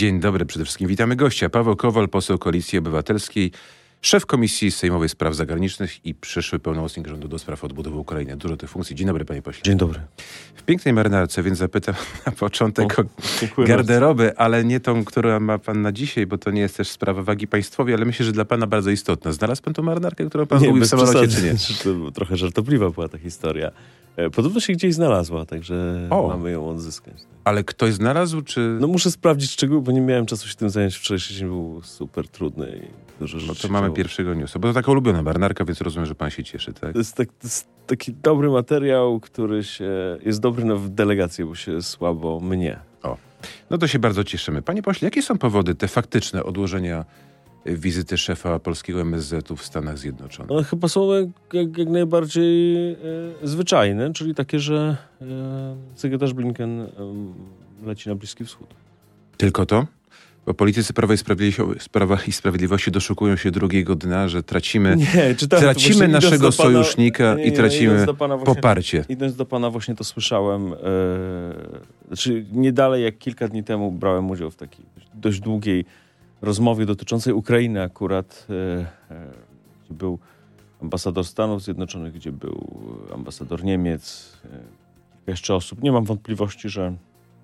Dzień dobry, przede wszystkim witamy gościa. Paweł Kowal, poseł Koalicji Obywatelskiej, szef Komisji Sejmowej Spraw Zagranicznych i przyszły pełnomocnik rządu do spraw odbudowy Ukrainy. Dużo tych funkcji. Dzień dobry, panie pośle. Dzień dobry. W pięknej marynarce, więc zapytam na początek o garderobę, bardzo. Ale nie tą, którą ma pan na dzisiaj, bo to nie jest też sprawa wagi państwowej, ale myślę, że dla pana bardzo istotna. Znalazł pan tą marynarkę, którą pan zgubił w samolocie, czy nie? To trochę żartobliwa była ta historia. Podobno się gdzieś znalazła, także mamy ją odzyskać. Ale ktoś znalazł, czy... No muszę sprawdzić szczegóły, bo nie miałem czasu się tym zająć. Wczorajszy dzień był super trudny. I dużo no to mamy pierwszego newsa. Bo to taka ulubiona marynarka, więc rozumiem, że pan się cieszy, tak? To jest taki dobry materiał, który jest dobry w delegacji, bo się słabo mnie. No to się bardzo cieszymy. Panie pośle, jakie są powody, te faktyczne odłożenia wizyty szefa polskiego MSZ-u w Stanach Zjednoczonych? One chyba są jak najbardziej zwyczajne, czyli takie, że sekretarz Blinken leci na Bliski Wschód. Tylko to? Bo politycy Prawa i Sprawiedliwości doszukują się drugiego dna, że tracimy naszego sojusznika i tracimy poparcie. Idąc do pana właśnie to słyszałem. Znaczy nie dalej jak kilka dni temu brałem udział w takiej dość długiej rozmowie dotyczącej Ukrainy akurat, gdzie był ambasador Stanów Zjednoczonych, gdzie był ambasador Niemiec, jeszcze osób. Nie mam wątpliwości, że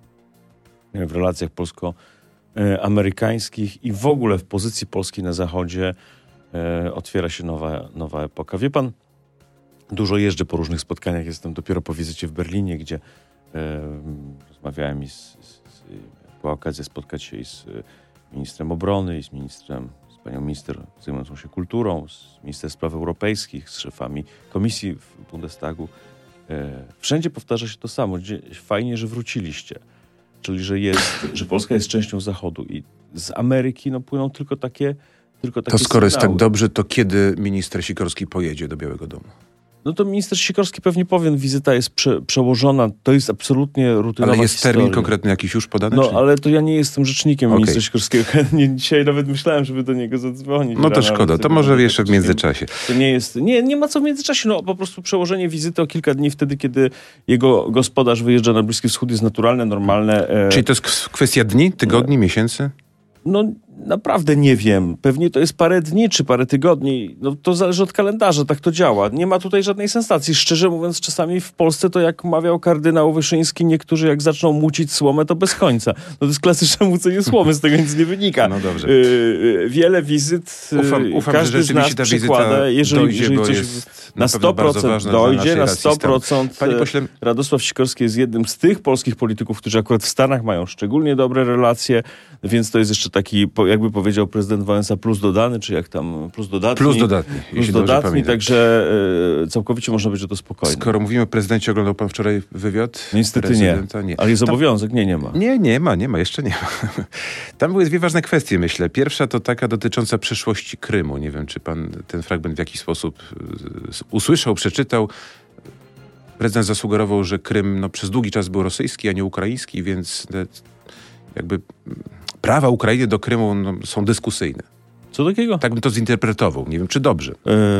w relacjach polsko-amerykańskich i w ogóle w pozycji Polski na Zachodzie otwiera się nowa epoka. Wie pan, dużo jeżdżę po różnych spotkaniach. Jestem dopiero po wizycie w Berlinie, gdzie rozmawiałem była okazja spotkać się i z ministrem obrony i z panią minister zajmującą się kulturą, z ministrem spraw europejskich, z szefami komisji w Bundestagu. Wszędzie powtarza się to samo. Fajnie, że wróciliście. Czyli, że Polska jest częścią Zachodu i z Ameryki płyną tylko takie To skoro sygnały. jest tak dobrze, to kiedy minister Sikorski pojedzie do Białego Domu? No to minister Sikorski pewnie powie, wizyta jest przełożona, to jest absolutnie rutynowa Ale jest historia. termin konkretny jakiś już podany? No, czy nie? ale to ja nie jestem rzecznikiem ministra Sikorskiego. Dzisiaj nawet myślałem, żeby do niego zadzwonić. No to szkoda, to może jeszcze w międzyczasie. To nie jest, nie ma co w międzyczasie, po prostu przełożenie wizyty o kilka dni wtedy, kiedy jego gospodarz wyjeżdża na Bliski Wschód jest naturalne, normalne. Czyli to jest kwestia dni, tygodni, miesięcy? No naprawdę nie wiem. Pewnie to jest parę dni czy parę tygodni. No to zależy od kalendarza, tak to działa. Nie ma tutaj żadnej sensacji. Szczerze mówiąc, czasami w Polsce to jak mawiał kardynał Wyszyński, niektórzy jak zaczną mucić słomę, to bez końca. No to jest klasyczne mucenie słomy, z tego nic nie wynika. No dobrze. Wiele wizyt, ufam, każdy z nas przykłada, jeżeli coś jest na 100% dojdzie, na 100%. Panie pośle, Radosław Sikorski jest jednym z tych polskich polityków, którzy akurat w Stanach mają szczególnie dobre relacje, więc to jest jeszcze taki, jakby powiedział prezydent Wałęsa, plus dodany, czy jak tam, plus dodatni. Plus dodatni, także całkowicie można być o to spokojny. Skoro mówimy o prezydencie, oglądał pan wczoraj wywiad? Niestety nie. Ale jest obowiązek? Nie ma. Nie ma, jeszcze nie ma. Tam były dwie ważne kwestie, myślę. Pierwsza to taka dotycząca przyszłości Krymu. Nie wiem, czy pan ten fragment w jakiś sposób usłyszał, przeczytał. Prezydent zasugerował, że Krym przez długi czas był rosyjski, a nie ukraiński, więc jakby prawa Ukrainy do Krymu są dyskusyjne. Co takiego? Tak bym to zinterpretował. Nie wiem, czy dobrze.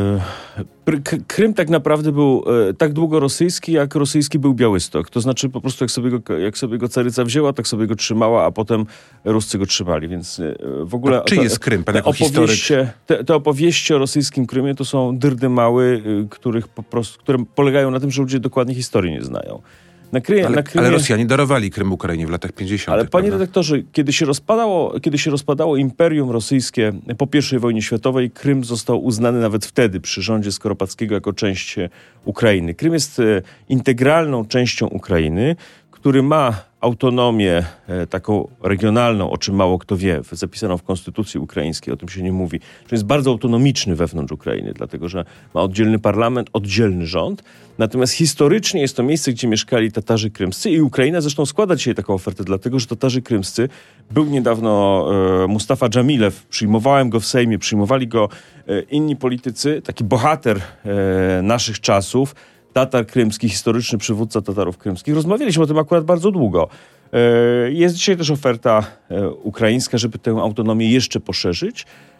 Krym tak naprawdę był tak długo rosyjski, jak rosyjski był Białystok. To znaczy po prostu jak sobie go caryca wzięła, tak sobie go trzymała, a potem Ruscy go trzymali. Więc w ogóle... Czy jest Krym? Pan jako historyk... Te opowieści o rosyjskim Krymie to są dyrdymały, które polegają na tym, że ludzie dokładnie historii nie znają. Ale Rosjanie darowali Krym Ukrainie w latach 50. Ale panie redaktorze, kiedy się rozpadało Imperium Rosyjskie po I wojnie światowej, Krym został uznany nawet wtedy przy rządzie Skoropadzkiego jako część Ukrainy. Krym jest integralną częścią Ukrainy, który ma autonomię taką regionalną, o czym mało kto wie, zapisaną w konstytucji ukraińskiej, o tym się nie mówi, że jest bardzo autonomiczny wewnątrz Ukrainy, dlatego że ma oddzielny parlament, oddzielny rząd. Natomiast historycznie jest to miejsce, gdzie mieszkali Tatarzy krymscy i Ukraina zresztą składa dzisiaj taką ofertę, dlatego że Tatarzy krymscy, był niedawno Mustafa Dżamilew, przyjmowałem go w Sejmie, przyjmowali go inni politycy, taki bohater naszych czasów, Tatar krymski, historyczny przywódca Tatarów krymskich. Rozmawialiśmy o tym akurat bardzo długo. Jest dzisiaj też oferta ukraińska, żeby tę autonomię jeszcze poszerzyć,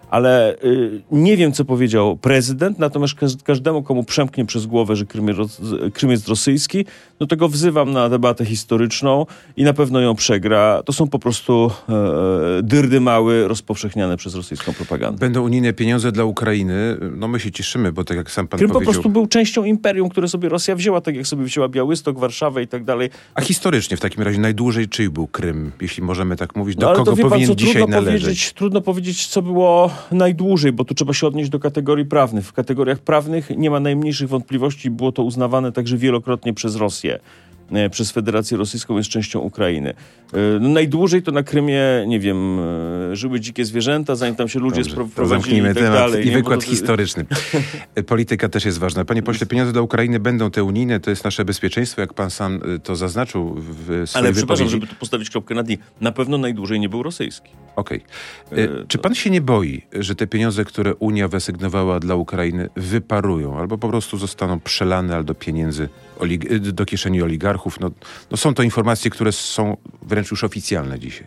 Ale nie wiem, co powiedział prezydent, natomiast każdemu, komu przemknie przez głowę, że Krym jest rosyjski, no to go wzywam na debatę historyczną i na pewno ją przegra. To są po prostu dyrdymały rozpowszechniane przez rosyjską propagandę. Będą unijne pieniądze dla Ukrainy. No my się cieszymy, bo tak jak sam pan Krym powiedział... po prostu był częścią imperium, które sobie Rosja wzięła, tak jak sobie wzięła Białystok, Warszawę i tak dalej. A historycznie w takim razie najdłużej czyj był Krym, jeśli możemy tak mówić? Do kogo powinien dzisiaj należeć? Trudno powiedzieć, co było najdłużej, bo tu trzeba się odnieść do kategorii prawnych. W kategoriach prawnych nie ma najmniejszych wątpliwości. Było to uznawane także wielokrotnie przez Rosję. Przez Federację Rosyjską jest częścią Ukrainy. No najdłużej to na Krymie, nie wiem, żyły dzikie zwierzęta, zanim tam się ludzie sprowadzili i tak temat dalej. I wykład historyczny. Polityka też jest ważna. Panie pośle, pieniądze dla Ukrainy będą te unijne, to jest nasze bezpieczeństwo, jak pan sam to zaznaczył w swojej Ale przepraszam, wypowiedzi. żeby tu postawić kropkę nad i. Na pewno najdłużej nie był rosyjski. Okej. Czy pan się nie boi, że te pieniądze, które Unia wyasygnowała dla Ukrainy, wyparują albo po prostu zostaną przelane albo do pieniędzy do kieszeni oligarchów? No są to informacje, które są wręcz już oficjalne dzisiaj.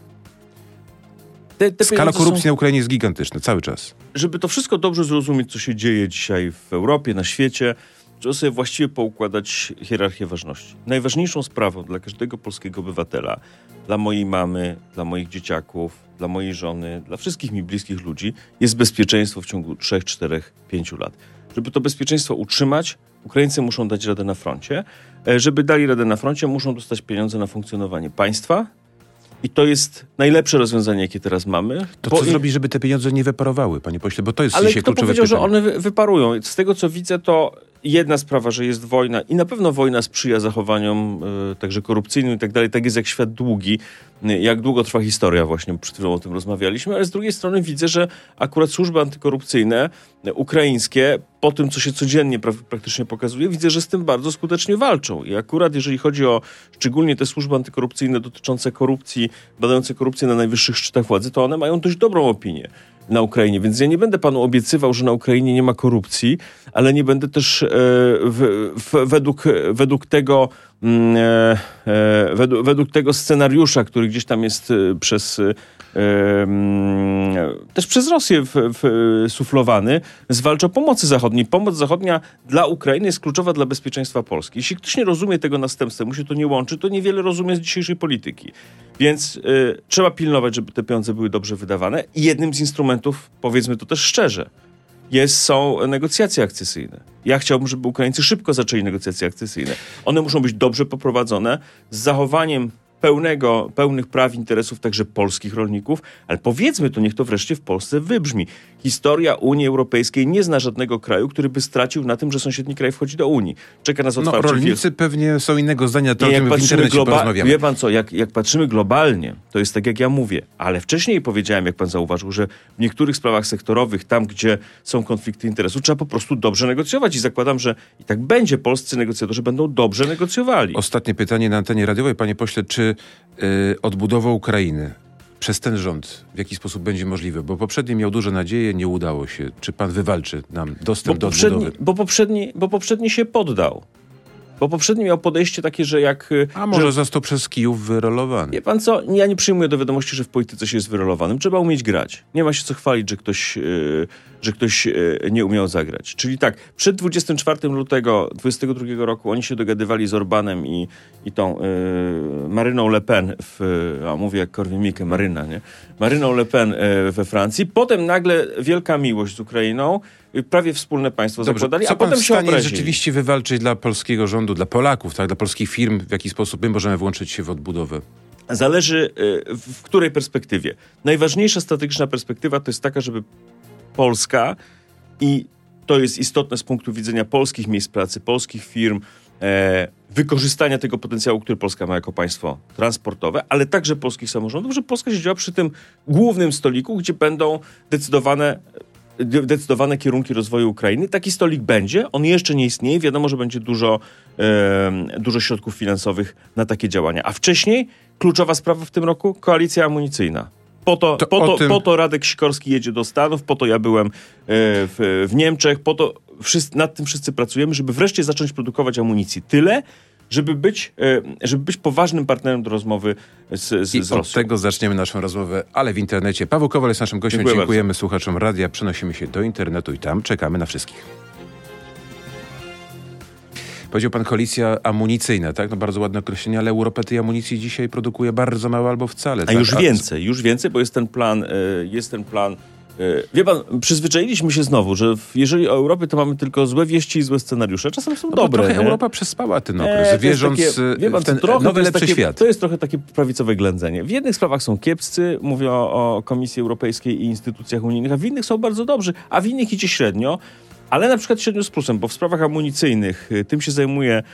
Skala korupcji na Ukrainie jest gigantyczna, cały czas. Żeby to wszystko dobrze zrozumieć, co się dzieje dzisiaj w Europie, na świecie, trzeba sobie właściwie poukładać hierarchię ważności. Najważniejszą sprawą dla każdego polskiego obywatela, dla mojej mamy, dla moich dzieciaków, dla mojej żony, dla wszystkich mi bliskich ludzi jest bezpieczeństwo w ciągu 3, 4, 5 lat. Żeby to bezpieczeństwo utrzymać, Ukraińcy muszą dać radę na froncie. Żeby dali radę na froncie, muszą dostać pieniądze na funkcjonowanie państwa. I to jest najlepsze rozwiązanie, jakie teraz mamy. To co zrobić, żeby te pieniądze nie wyparowały, panie pośle? Bo to jest dzisiaj kluczowe powiedział, pytanie. że one wyparują? Z tego, co widzę, to jedna sprawa, że jest wojna i na pewno wojna sprzyja zachowaniom także korupcyjnym i tak dalej. Tak jest jak świat długi, jak długo trwa historia, właśnie przed chwilą o tym rozmawialiśmy, ale z drugiej strony widzę, że akurat służby antykorupcyjne ukraińskie, po tym, co się codziennie praktycznie pokazuje, widzę, że z tym bardzo skutecznie walczą. I akurat jeżeli chodzi o szczególnie te służby antykorupcyjne dotyczące korupcji, badające korupcję na najwyższych szczytach władzy, to one mają dość dobrą opinię na Ukrainie, więc ja nie będę panu obiecywał, że na Ukrainie nie ma korupcji, ale nie będę też według tego scenariusza, który gdzieś tam jest też przez Rosję suflowany, zwalcza pomocy zachodniej. Pomoc zachodnia dla Ukrainy jest kluczowa dla bezpieczeństwa Polski. Jeśli ktoś nie rozumie tego następstwa, mu się to nie łączy, to niewiele rozumie z dzisiejszej polityki. Więc trzeba pilnować, żeby te pieniądze były dobrze wydawane. I jednym z instrumentów, powiedzmy to też szczerze, są negocjacje akcesyjne. Ja chciałbym, żeby Ukraińcy szybko zaczęli negocjacje akcesyjne. One muszą być dobrze poprowadzone, z zachowaniem pełnych praw, interesów także polskich rolników, ale powiedzmy to, niech to wreszcie w Polsce wybrzmi. Historia Unii Europejskiej nie zna żadnego kraju, który by stracił na tym, że sąsiedni kraj wchodzi do Unii. Czeka nas otwarcie. Rolnicy pewnie są innego zdania, to o tym w internecie porozmawiamy. Wie pan co, jak patrzymy globalnie, to jest tak, jak ja mówię, ale wcześniej powiedziałem, jak pan zauważył, że w niektórych sprawach sektorowych, tam gdzie są konflikty interesów, trzeba po prostu dobrze negocjować i zakładam, że i tak będzie, polscy negocjatorzy będą dobrze negocjowali. Ostatnie pytanie na antenie radiowej, panie pośle, czy odbudowa Ukrainy przez ten rząd w jaki sposób będzie możliwe? Bo poprzedni miał duże nadzieje, nie udało się. Czy pan wywalczy nam dostęp do odbudowy? Bo poprzedni się poddał. Bo poprzedni miał podejście takie, że jak... A może został przez Kijów wyrolowany? Wie pan co? Ja nie przyjmuję do wiadomości, że w polityce się jest wyrolowanym. Trzeba umieć grać. Nie ma się co chwalić, że ktoś nie umiał zagrać. Czyli tak, przed 24 lutego 2022 roku oni się dogadywali z Orbanem i tą Maryną Le Pen mówię jak Korwin-Mikke, Maryna, nie? Maryną Le Pen we Francji. Potem nagle wielka miłość z Ukrainą, prawie wspólne państwo zakładali, a potem się obrazili. Rzeczywiście wywalczyć dla polskiego rządu, dla Polaków, tak, dla polskich firm, w jaki sposób my możemy włączyć się w odbudowę? Zależy w której perspektywie. Najważniejsza strategiczna perspektywa to jest taka, żeby Polska, i to jest istotne z punktu widzenia polskich miejsc pracy, polskich firm, wykorzystania tego potencjału, który Polska ma jako państwo transportowe, ale także polskich samorządów, że Polska siedziała przy tym głównym stoliku, gdzie będą decydowane kierunki rozwoju Ukrainy. Taki stolik będzie, on jeszcze nie istnieje, wiadomo, że będzie dużo środków finansowych na takie działania. A wcześniej kluczowa sprawa w tym roku, koalicja amunicyjna. Po to Radek Sikorski jedzie do Stanów, po to ja byłem w Niemczech, nad tym wszyscy pracujemy, żeby wreszcie zacząć produkować amunicji. Tyle, żeby być poważnym partnerem do rozmowy z Rosją. Od tego zaczniemy naszą rozmowę, ale w internecie. Paweł Kowal jest naszym gościem. Dziękujemy bardzo słuchaczom radia. Przenosimy się do internetu i tam czekamy na wszystkich. Powiedział pan koalicja amunicyjna, tak? No bardzo ładne określenie, ale Europa tej amunicji dzisiaj produkuje bardzo mało albo wcale. Tak? Już więcej, bo jest ten plan. Wie pan, przyzwyczailiśmy się znowu, że jeżeli o Europie, to mamy tylko złe wieści i złe scenariusze. Czasem są dobre. Trochę Europa przespała ten okres, wierząc w ten nowy, lepszy świat. To jest trochę takie prawicowe ględzenie. W jednych sprawach są kiepscy, mówię o Komisji Europejskiej i instytucjach unijnych, a w innych są bardzo dobrzy, a w innych idzie średnio. Ale na przykład średnio z plusem, bo w sprawach amunicyjnych tym się zajmuje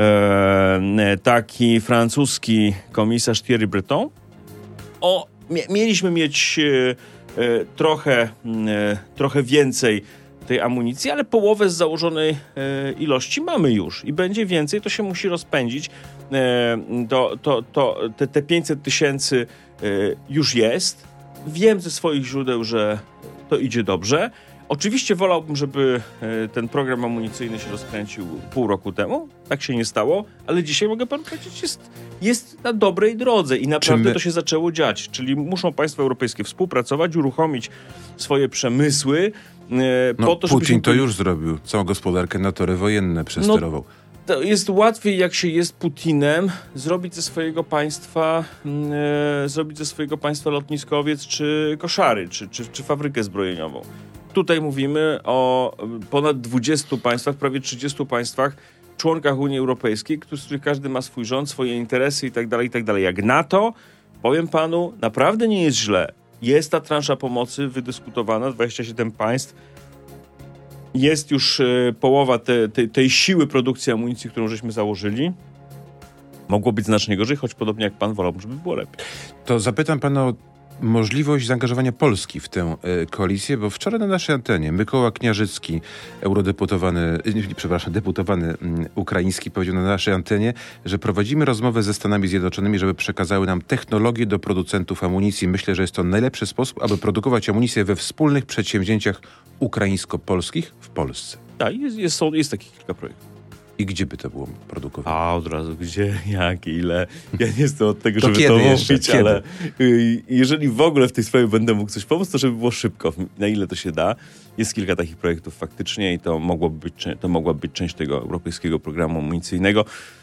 taki francuski komisarz Thierry Breton. Mieliśmy mieć trochę więcej tej amunicji, ale połowę z założonej ilości mamy już i będzie więcej, to się musi rozpędzić. Te 500 000 już jest. Wiem ze swoich źródeł, że to idzie dobrze. Oczywiście wolałbym, żeby ten program amunicyjny się rozkręcił pół roku temu. Tak się nie stało, ale dzisiaj mogę panu powiedzieć, jest na dobrej drodze i naprawdę to się zaczęło dziać. Czyli muszą państwa europejskie współpracować, uruchomić swoje przemysły po to, żeby... Putin to już zrobił. Całą gospodarkę na tory wojenne przesterował. To jest łatwiej, jak się jest Putinem, zrobić ze swojego państwa lotniskowiec, czy koszary, czy fabrykę zbrojeniową. Tutaj mówimy o ponad 20 państwach, prawie 30 państwach, członkach Unii Europejskiej, z których każdy ma swój rząd, swoje interesy itd., itd. Jak NATO, powiem panu, naprawdę nie jest źle. Jest ta transza pomocy wydyskutowana, 27 państw. Jest już połowa tej siły produkcji amunicji, którą żeśmy założyli. Mogło być znacznie gorzej, choć podobnie jak pan wolałbym, żeby było lepiej. To zapytam pana o możliwość zaangażowania Polski w tę koalicję, bo wczoraj na naszej antenie Mykoła Kniarzycki, deputowany ukraiński, powiedział na naszej antenie, że prowadzimy rozmowę ze Stanami Zjednoczonymi, żeby przekazały nam technologię do producentów amunicji. Myślę, że jest to najlepszy sposób, aby produkować amunicję we wspólnych przedsięwzięciach ukraińsko-polskich w Polsce. Tak, jest takich kilka projektów. I gdzie by to było produkowane? Od razu gdzie, jak, ile. Ja nie jestem od tego, żeby to mówić, ale jeżeli w ogóle w tej sprawie będę mógł coś pomóc, to żeby było szybko, na ile to się da. Jest kilka takich projektów faktycznie i to mogłaby być część tego europejskiego programu amunicyjnego.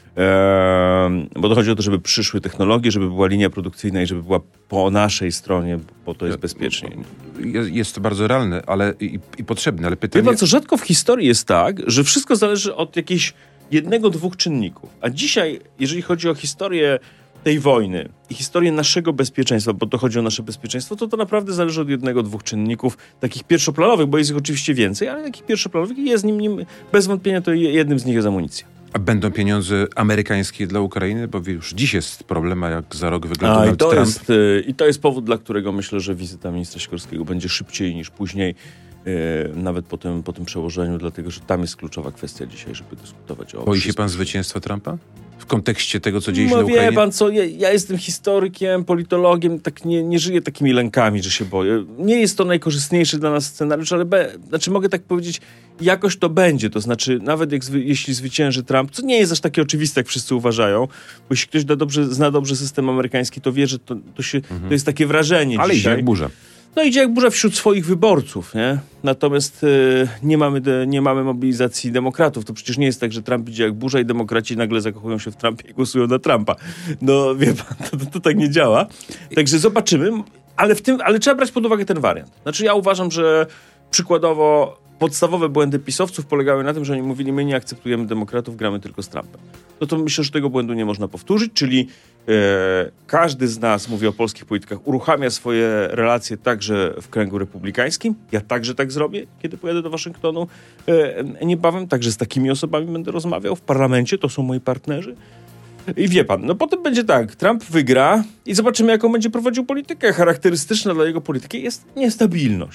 Bo to chodzi o to, żeby przyszły technologie, żeby była linia produkcyjna i żeby była po naszej stronie, bo to jest bezpieczniej. Jest to bardzo realne, ale i potrzebne, ale pytanie... Wie pan co, rzadko w historii jest tak, że wszystko zależy od jakichś 1-2 czynników. A dzisiaj, jeżeli chodzi o historię tej wojny i historię naszego bezpieczeństwa, bo to chodzi o nasze bezpieczeństwo, to naprawdę zależy od 1-2 czynników, takich pierwszoplanowych, bo jest ich oczywiście więcej, ale takich pierwszoplanowych i jest nim bez wątpienia to jednym z nich jest amunicja. A będą pieniądze amerykańskie dla Ukrainy? Bo już dziś jest problem, a jak za rok wygląda Donald Trump. I to jest powód, dla którego myślę, że wizyta ministra Sikorskiego będzie szybciej niż później, nawet po tym przełożeniu, dlatego że tam jest kluczowa kwestia dzisiaj, żeby dyskutować o... Boi się pan zwycięstwa Trumpa? W kontekście tego, co dzieje się na Ukrainie? Wie pan co, ja jestem historykiem, politologiem, tak nie żyję takimi lękami, że się boję. Nie jest to najkorzystniejszy dla nas scenariusz, ale mogę tak powiedzieć, jakoś to będzie. To znaczy, nawet jeśli zwycięży Trump, co nie jest aż takie oczywiste, jak wszyscy uważają, bo jeśli ktoś zna dobrze system amerykański, to wie, że to jest takie wrażenie ale dzisiaj. Idzie jak burza. No idzie jak burza wśród swoich wyborców, nie? Natomiast nie mamy mobilizacji demokratów. To przecież nie jest tak, że Trump idzie jak burza i demokraci nagle zakochują się w Trumpie i głosują na Trumpa. No wie pan, to tak nie działa. Także zobaczymy, ale trzeba brać pod uwagę ten wariant. Znaczy ja uważam, że przykładowo podstawowe błędy pisowców polegały na tym, że oni mówili, my nie akceptujemy demokratów, gramy tylko z Trumpem. No to myślę, że tego błędu nie można powtórzyć, czyli każdy z nas, mówię o polskich politykach, uruchamia swoje relacje także w kręgu republikańskim. Ja także tak zrobię, kiedy pojadę do Waszyngtonu niebawem. Także z takimi osobami będę rozmawiał w parlamencie, to są moi partnerzy. I wie pan, no potem będzie tak, Trump wygra i zobaczymy, jaką będzie prowadził politykę. Charakterystyczna dla jego polityki jest niestabilność.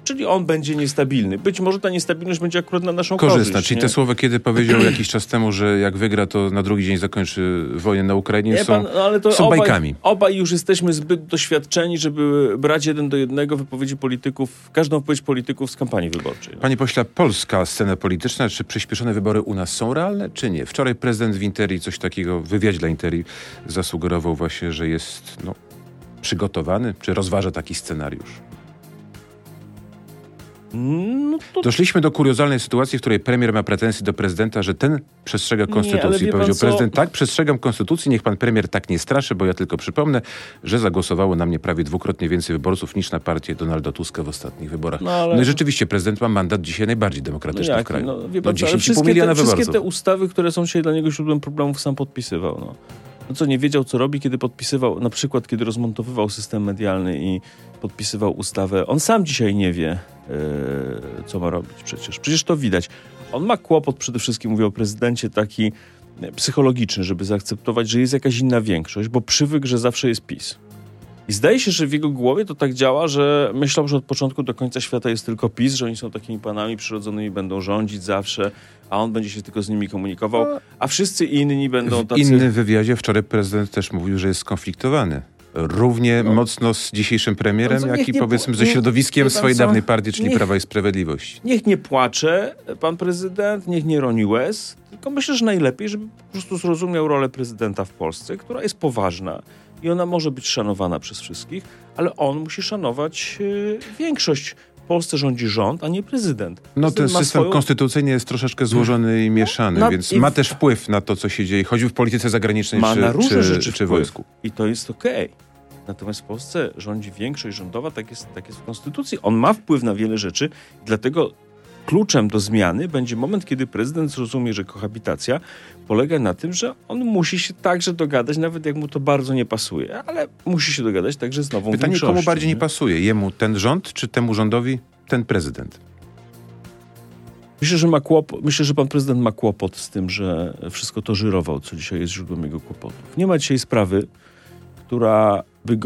Czyli on będzie niestabilny. Być może ta niestabilność będzie akurat na naszą korzyść. Korzystna. Czyli te słowa, kiedy powiedział jakiś czas temu, że jak wygra, to na drugi dzień zakończy wojnę na Ukrainie, są bajkami. Obaj już jesteśmy zbyt doświadczeni, żeby brać 1:1 wypowiedzi polityków, każdą wypowiedź polityków z kampanii wyborczej. Panie pośle, polska scena polityczna, czy przyspieszone wybory u nas są realne, czy nie? Wczoraj prezydent w Interii coś takiego, w wywiadzie dla Interii zasugerował właśnie, że jest przygotowany, czy rozważa taki scenariusz. Doszliśmy do kuriozalnej sytuacji, w której premier ma pretensje do prezydenta, że ten przestrzega konstytucji. Powiedział prezydent, tak, przestrzegam konstytucji, niech pan premier tak nie straszy, bo ja tylko przypomnę, że zagłosowało na mnie prawie dwukrotnie więcej wyborców niż na partię Donalda Tuska w ostatnich wyborach. No i rzeczywiście prezydent ma mandat dzisiaj najbardziej demokratyczny w kraju. Wie pan, 10,5 miliona wyborców. Wszystkie te ustawy, które są dzisiaj dla niego źródłem problemów, sam podpisywał. No co, nie wiedział, co robi, kiedy podpisywał, na przykład kiedy rozmontowywał system medialny i podpisywał ustawę. On sam dzisiaj nie wie, co ma robić przecież. Przecież to widać. On ma kłopot przede wszystkim, mówię o prezydencie, taki psychologiczny, żeby zaakceptować, że jest jakaś inna większość, bo przywykł, że zawsze jest PiS. I zdaje się, że w jego głowie to tak działa, że myślał, że od początku do końca świata jest tylko PiS, że oni są takimi panami przyrodzonymi, będą rządzić zawsze, a on będzie się tylko z nimi komunikował, a wszyscy inni będą tacy... W innym wywiadzie wczoraj prezydent też mówił, że jest skonfliktowany. Równie mocno z dzisiejszym premierem, jak i powiedzmy ze środowiskiem swojej dawnej partii, czyli Prawa i Sprawiedliwości. Niech nie płacze pan prezydent, niech nie roni łez, tylko myślę, że najlepiej, żeby po prostu zrozumiał rolę prezydenta w Polsce, która jest poważna i ona może być szanowana przez wszystkich, ale on musi szanować większość. W Polsce rządzi rząd, a nie prezydent. Ten system konstytucyjny jest troszeczkę złożony i mieszany, więc ma też wpływ na to, co się dzieje, choćby w polityce zagranicznej czy wojsku. I to jest okej. Natomiast w Polsce rządzi większość rządowa, tak jest w konstytucji. On ma wpływ na wiele rzeczy, dlatego kluczem do zmiany będzie moment, kiedy prezydent zrozumie, że kohabitacja polega na tym, że on musi się także dogadać, nawet jak mu to bardzo nie pasuje, ale musi się dogadać także z nową większością. Pytanie, komu bardziej nie pasuje? Jemu ten rząd, czy temu rządowi ten prezydent? Myślę, że pan prezydent ma kłopot z tym, że wszystko to żyrował, co dzisiaj jest źródłem jego kłopotów. Nie ma dzisiaj sprawy, która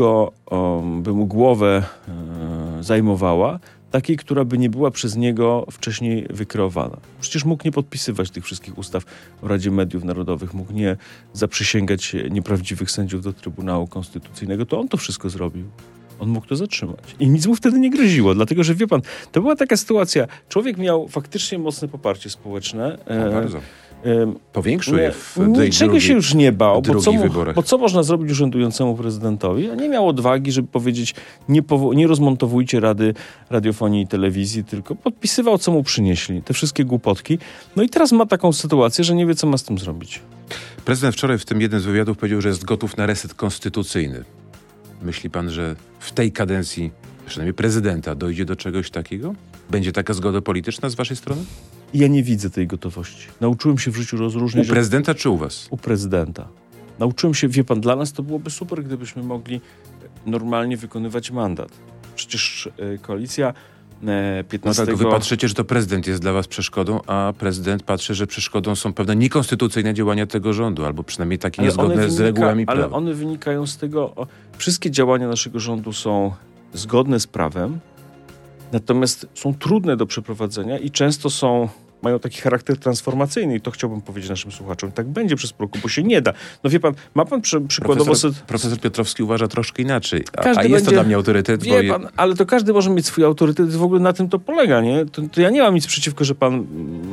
by mu głowę zajmowała, takiej, która by nie była przez niego wcześniej wykreowana. Przecież mógł nie podpisywać tych wszystkich ustaw o Radzie Mediów Narodowych, mógł nie zaprzysięgać nieprawdziwych sędziów do Trybunału Konstytucyjnego. To on to wszystko zrobił. On mógł to zatrzymać. I nic mu wtedy nie groziło, dlatego że wie pan, to była taka sytuacja. Człowiek miał faktycznie mocne poparcie społeczne. Bardzo. Powiększył je w niczego się już nie bał, bo co można zrobić urzędującemu prezydentowi? A nie miał odwagi, żeby powiedzieć, nie rozmontowujcie Rady Radiofonii i Telewizji, tylko podpisywał, co mu przynieśli. Te wszystkie głupotki. No i teraz ma taką sytuację, że nie wie, co ma z tym zrobić. Prezydent wczoraj w tym jednym z wywiadów powiedział, że jest gotów na reset konstytucyjny. Myśli pan, że w tej kadencji, przynajmniej prezydenta, dojdzie do czegoś takiego? Będzie taka zgoda polityczna z waszej strony? Ja nie widzę tej gotowości. Nauczyłem się w życiu rozróżniać... U prezydenta czy u was? U prezydenta. Nauczyłem się, wie pan, dla nas to byłoby super, gdybyśmy mogli normalnie wykonywać mandat. Przecież koalicja 15... No tak, wy patrzycie, że to prezydent jest dla was przeszkodą, a prezydent patrzy, że przeszkodą są pewne niekonstytucyjne działania tego rządu, albo przynajmniej takie niezgodne z regułami prawa. Ale one wynikają z tego... Wszystkie działania naszego rządu są zgodne z prawem, natomiast są trudne do przeprowadzenia i często mają taki charakter transformacyjny i to chciałbym powiedzieć naszym słuchaczom. Tak będzie przez roku, bo się nie da. No wie pan, ma pan przykładowo... Profesor Piotrowski uważa troszkę inaczej, a jest to dla mnie autorytet. Wie pan, ale to każdy może mieć swój autorytet, w ogóle na tym to polega, nie? To ja nie mam nic przeciwko, że pan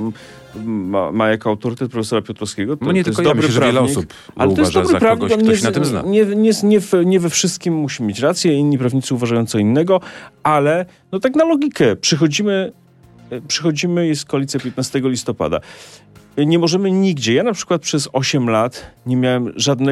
ma jako autorytet profesora Piotrowskiego. No nie tylko ja, myślę, że wiele osób uważa za kogoś, kto się na tym zna. Nie we wszystkim musi mieć rację, inni prawnicy uważają co innego, ale no tak na logikę. Przychodzimy, jest koalicja 15 listopada. Nie możemy nigdzie. Ja na przykład przez 8 lat nie miałem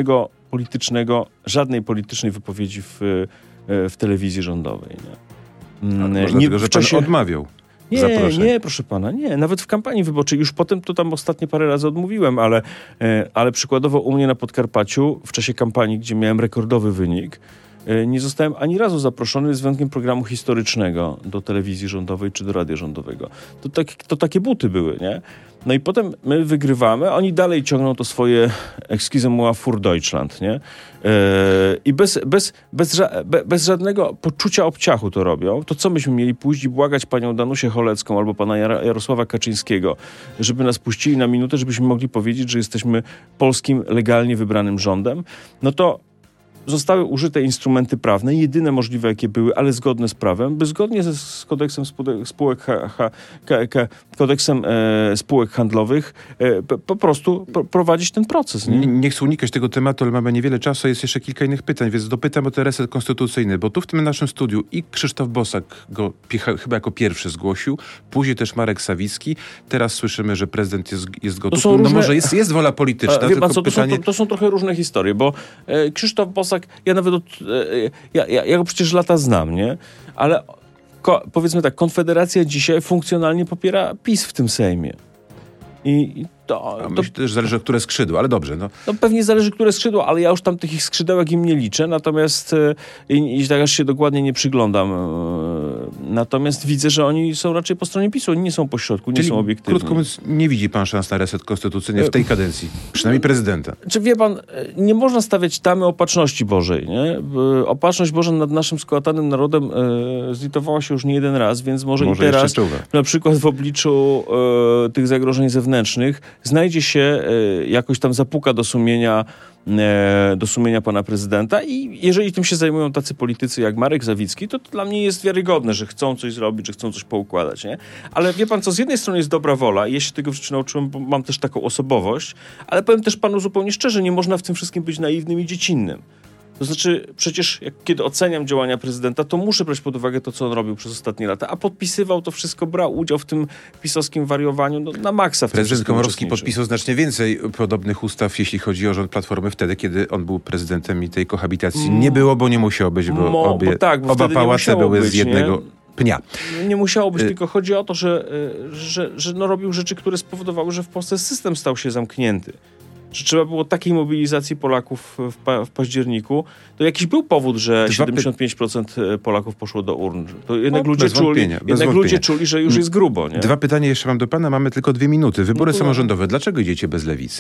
żadnej politycznej wypowiedzi w telewizji rządowej. Nie? Dlatego, że pan odmawiał. Nie, proszę pana, nie. Nawet w kampanii wyborczej. Już potem to tam ostatnie parę razy odmówiłem, ale przykładowo u mnie na Podkarpaciu w czasie kampanii, gdzie miałem rekordowy wynik, nie zostałem ani razu zaproszony, z wyjątkiem programu historycznego, do telewizji rządowej czy do radia rządowego. To takie buty były, nie? No i potem my wygrywamy, oni dalej ciągną to swoje Excusez-moi für Deutschland, nie? I bez żadnego poczucia obciachu to robią. To co myśmy mieli pójść i błagać panią Danusię Cholecką albo pana Jarosława Kaczyńskiego, żeby nas puścili na minutę, żebyśmy mogli powiedzieć, że jesteśmy polskim, legalnie wybranym rządem? No to zostały użyte instrumenty prawne, jedyne możliwe, jakie były, ale zgodne z prawem, by zgodnie z kodeksem spółek handlowych po prostu prowadzić ten proces. Nie chcę unikać tego tematu, ale mamy niewiele czasu, jest jeszcze kilka innych pytań, więc dopytam o ten reset konstytucyjny, bo tu w tym naszym studiu i Krzysztof Bosak go chyba jako pierwszy zgłosił, później też Marek Sawicki, teraz słyszymy, że prezydent jest gotów. No może jest wola polityczna, wie pan co, pytanie... to są trochę różne historie, bo Krzysztof Bosak, ja nawet ja go przecież lata znam, nie? Ale powiedzmy tak, Konfederacja dzisiaj funkcjonalnie popiera PiS w tym Sejmie. Myślę też zależy, o które skrzydło, ale dobrze. No pewnie zależy, które skrzydło, ale ja już tam tych ich skrzydełek im nie liczę, natomiast i tak aż się dokładnie nie przyglądam. Natomiast widzę, że oni są raczej po stronie PiS-u, oni nie są po środku, nie są obiektywni. Krótko mówiąc, nie widzi pan szans na reset konstytucyjny w tej kadencji, przynajmniej prezydenta. Czy wie pan, nie można stawiać tamy opatrzności Bożej, nie? Opatrzność Boża nad naszym skołatanym narodem zlitowała się już nie jeden raz, więc może i teraz, na przykład w obliczu tych zagrożeń zewnętrznych, znajdzie się, jakoś tam zapuka do sumienia pana prezydenta i jeżeli tym się zajmują tacy politycy jak Marek Sawicki, to dla mnie jest wiarygodne, że chcą coś zrobić, że chcą coś poukładać, nie? Ale wie pan co, z jednej strony jest dobra wola i ja się tego w życiu nauczyłem, bo mam też taką osobowość, ale powiem też panu zupełnie szczerze, nie można w tym wszystkim być naiwnym i dziecinnym. To znaczy, przecież kiedy oceniam działania prezydenta, to muszę brać pod uwagę to, co on robił przez ostatnie lata, a podpisywał to wszystko, brał udział w tym pisowskim wariowaniu na maksa. Prezydent Komorowski podpisał znacznie więcej podobnych ustaw, jeśli chodzi o rząd Platformy, wtedy, kiedy on był prezydentem i tej kohabitacji nie było, bo nie musiało być, bo oba pałace były z jednego pnia. Nie musiało być, tylko chodzi o to, że robił rzeczy, które spowodowały, że w Polsce system stał się zamknięty. Że trzeba było takiej mobilizacji Polaków w październiku, to jakiś był powód, że 75% Polaków poszło do urn. To jednak ludzie czuli, że już jest grubo. Nie? Dwa pytania jeszcze mam do pana, mamy tylko 2 minuty. Wybory samorządowe. Dlaczego idziecie bez Lewicy?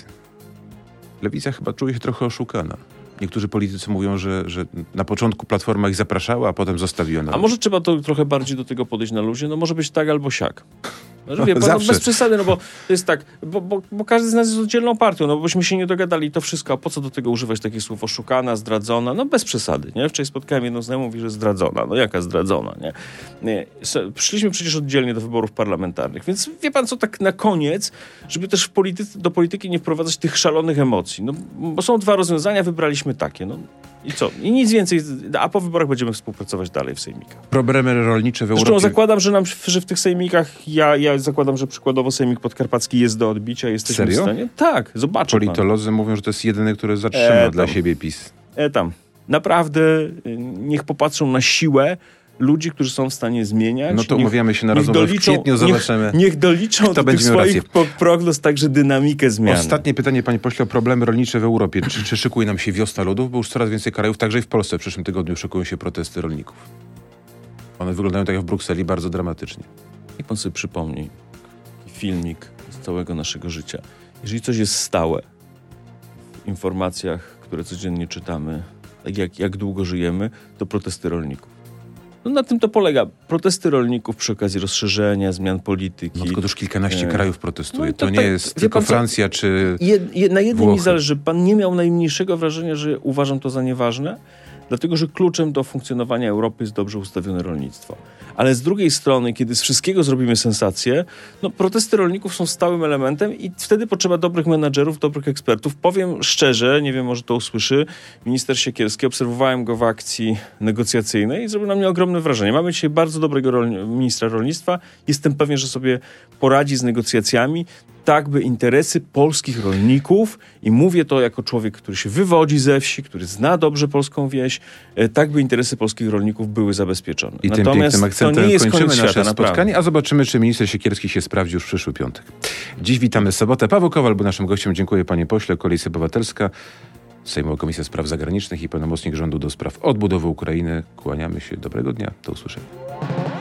Lewica chyba czuje się trochę oszukana. Niektórzy politycy mówią, że na początku Platforma ich zapraszała, a potem zostawiła na luzie. A może trzeba to trochę bardziej do tego podejść na luzie? No może być tak albo siak. Wie pan, bez przesady, no bo to jest tak, bo każdy z nas jest oddzielną partią, no bośmy się nie dogadali to wszystko, a po co do tego używać takich słów oszukana, zdradzona, no bez przesady, nie? Wczoraj spotkałem jedną znajomą, mówi, że zdradzona, no jaka zdradzona, nie? Przyszliśmy przecież oddzielnie do wyborów parlamentarnych, więc wie pan co, tak na koniec, żeby też do polityki nie wprowadzać tych szalonych emocji, no bo są 2 rozwiązania, wybraliśmy takie, no. I co? I nic więcej, a po wyborach będziemy współpracować dalej w sejmikach. Problemy rolnicze w Europie. Zresztą zakładam, że w tych sejmikach, ja zakładam, że przykładowo sejmik podkarpacki jest do odbicia. Jesteśmy w stanie. Tak, zobaczę. Politolodzy mówią, że to jest jedyny, który zatrzyma dla siebie PiS. Naprawdę niech popatrzą na siłę ludzi, którzy są w stanie zmieniać. No to umawiamy się na rozmowę w kwietniu, zobaczymy. Niech doliczą do tych swoich prognoz także dynamikę zmian. Ostatnie pytanie, panie pośle, o problemy rolnicze w Europie. Czy szykuje nam się wiosna ludów? Bo już coraz więcej krajów, także i w Polsce w przyszłym tygodniu szykują się protesty rolników. One wyglądają tak jak w Brukseli, bardzo dramatycznie. Niech pan sobie przypomni filmik z całego naszego życia. Jeżeli coś jest stałe w informacjach, które codziennie czytamy, tak jak długo żyjemy, to protesty rolników. No na tym to polega. Protesty rolników przy okazji rozszerzenia, zmian polityki. No tylko już kilkanaście krajów protestuje. To nie jest tylko Francja czy na jednym Włochy. mi zależy, żeby pan nie miał najmniejszego wrażenia, że uważam to za nieważne, dlatego że kluczem do funkcjonowania Europy jest dobrze ustawione rolnictwo. Ale z drugiej strony, kiedy z wszystkiego zrobimy sensację, no protesty rolników są stałym elementem i wtedy potrzeba dobrych menadżerów, dobrych ekspertów. Powiem szczerze, nie wiem, może to usłyszy, minister Siekierski, obserwowałem go w akcji negocjacyjnej i zrobił na mnie ogromne wrażenie. Mamy dzisiaj bardzo dobrego ministra rolnictwa. Jestem pewien, że sobie poradzi z negocjacjami, tak by interesy polskich rolników, i mówię to jako człowiek, który się wywodzi ze wsi, który zna dobrze polską wieś, tak by interesy polskich rolników były zabezpieczone. I Natomiast tym akcentem to nie jest kończymy nasze świata, spotkanie, naprawdę. a zobaczymy, czy minister Siekierski się sprawdzi już w przyszły piątek. Dziś witamy sobotę. Paweł Kowal był naszym gościem. Dziękuję, panie pośle. Koalicja Obywatelska. Sejmowa Komisja Spraw Zagranicznych i pełnomocnik rządu do spraw odbudowy Ukrainy. Kłaniamy się. Dobrego dnia. Do usłyszenia.